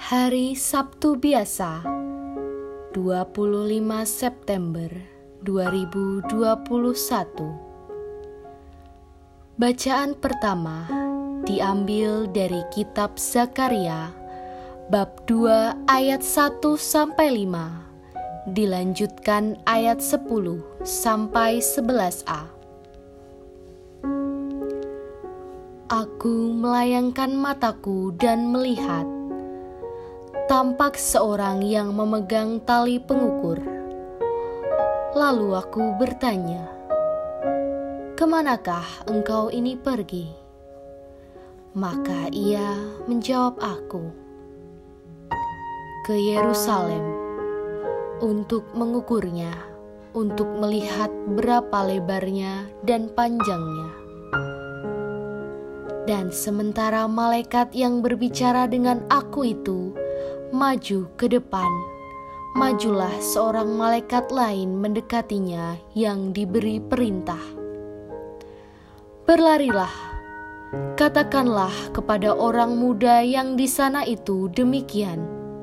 Hari Sabtu biasa, 25 September 2021. Bacaan pertama diambil dari kitab Zakaria bab 2 ayat 1 sampai 5, dilanjutkan ayat 10 sampai 11a. Aku melayangkan mataku dan melihat, tampak seorang yang memegang tali pengukur. Lalu aku bertanya, "Kemanakah engkau ini pergi?" Maka ia menjawab aku, "Ke Yerusalem, untuk mengukurnya, untuk melihat berapa lebarnya dan panjangnya." Dan sementara malaikat yang berbicara dengan aku itu maju ke depan, majulah seorang malaikat lain mendekatinya yang diberi perintah, "Berlarilah, katakanlah kepada orang muda yang di sana itu demikian,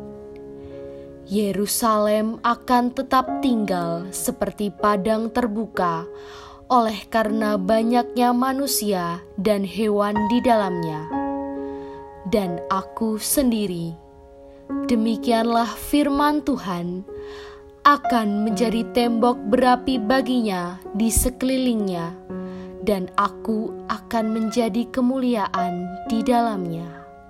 Yerusalem akan tetap tinggal seperti padang terbuka oleh karena banyaknya manusia dan hewan di dalamnya. Dan aku sendiri, demikianlah firman Tuhan, akan menjadi tembok berapi baginya di sekelilingnya, dan aku akan menjadi kemuliaan di dalamnya.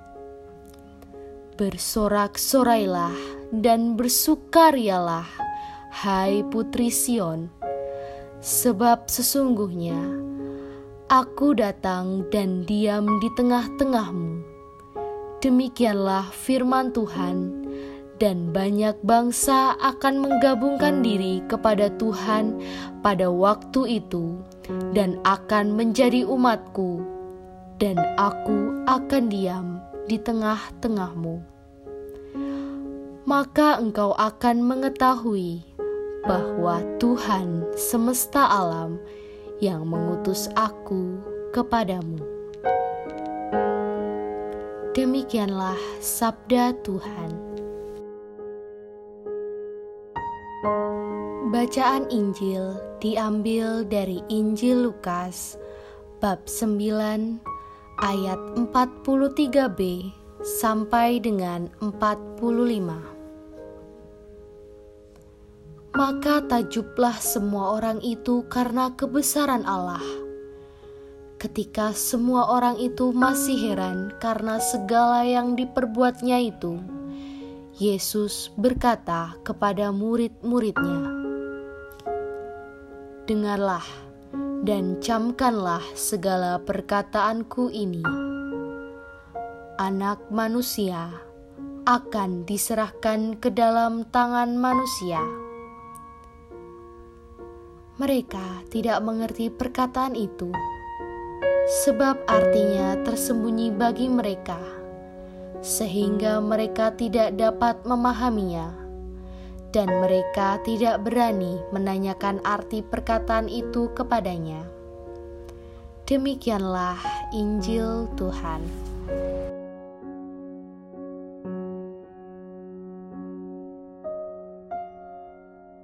Bersorak-sorailah dan bersukarialah, hai putri Sion, sebab sesungguhnya aku datang dan diam di tengah-tengahmu. Demikianlah firman Tuhan, dan banyak bangsa akan menggabungkan diri kepada Tuhan pada waktu itu, dan akan menjadi umatku, dan aku akan diam di tengah-tengahmu. Maka engkau akan mengetahui bahwa Tuhan semesta alam yang mengutus aku kepadamu." Demikianlah sabda Tuhan. Bacaan Injil diambil dari Injil Lukas bab 9 ayat 43b sampai dengan 45. Maka takjublah semua orang itu karena kebesaran Allah. Ketika semua orang itu masih heran karena segala yang diperbuatnya itu, Yesus berkata kepada murid-muridnya, "Dengarlah dan camkanlah segala perkataanku ini. Anak manusia akan diserahkan ke dalam tangan manusia." Mereka tidak mengerti perkataan itu, sebab artinya tersembunyi bagi mereka, sehingga mereka tidak dapat memahaminya, dan mereka tidak berani menanyakan arti perkataan itu kepadanya. Demikianlah Injil Tuhan.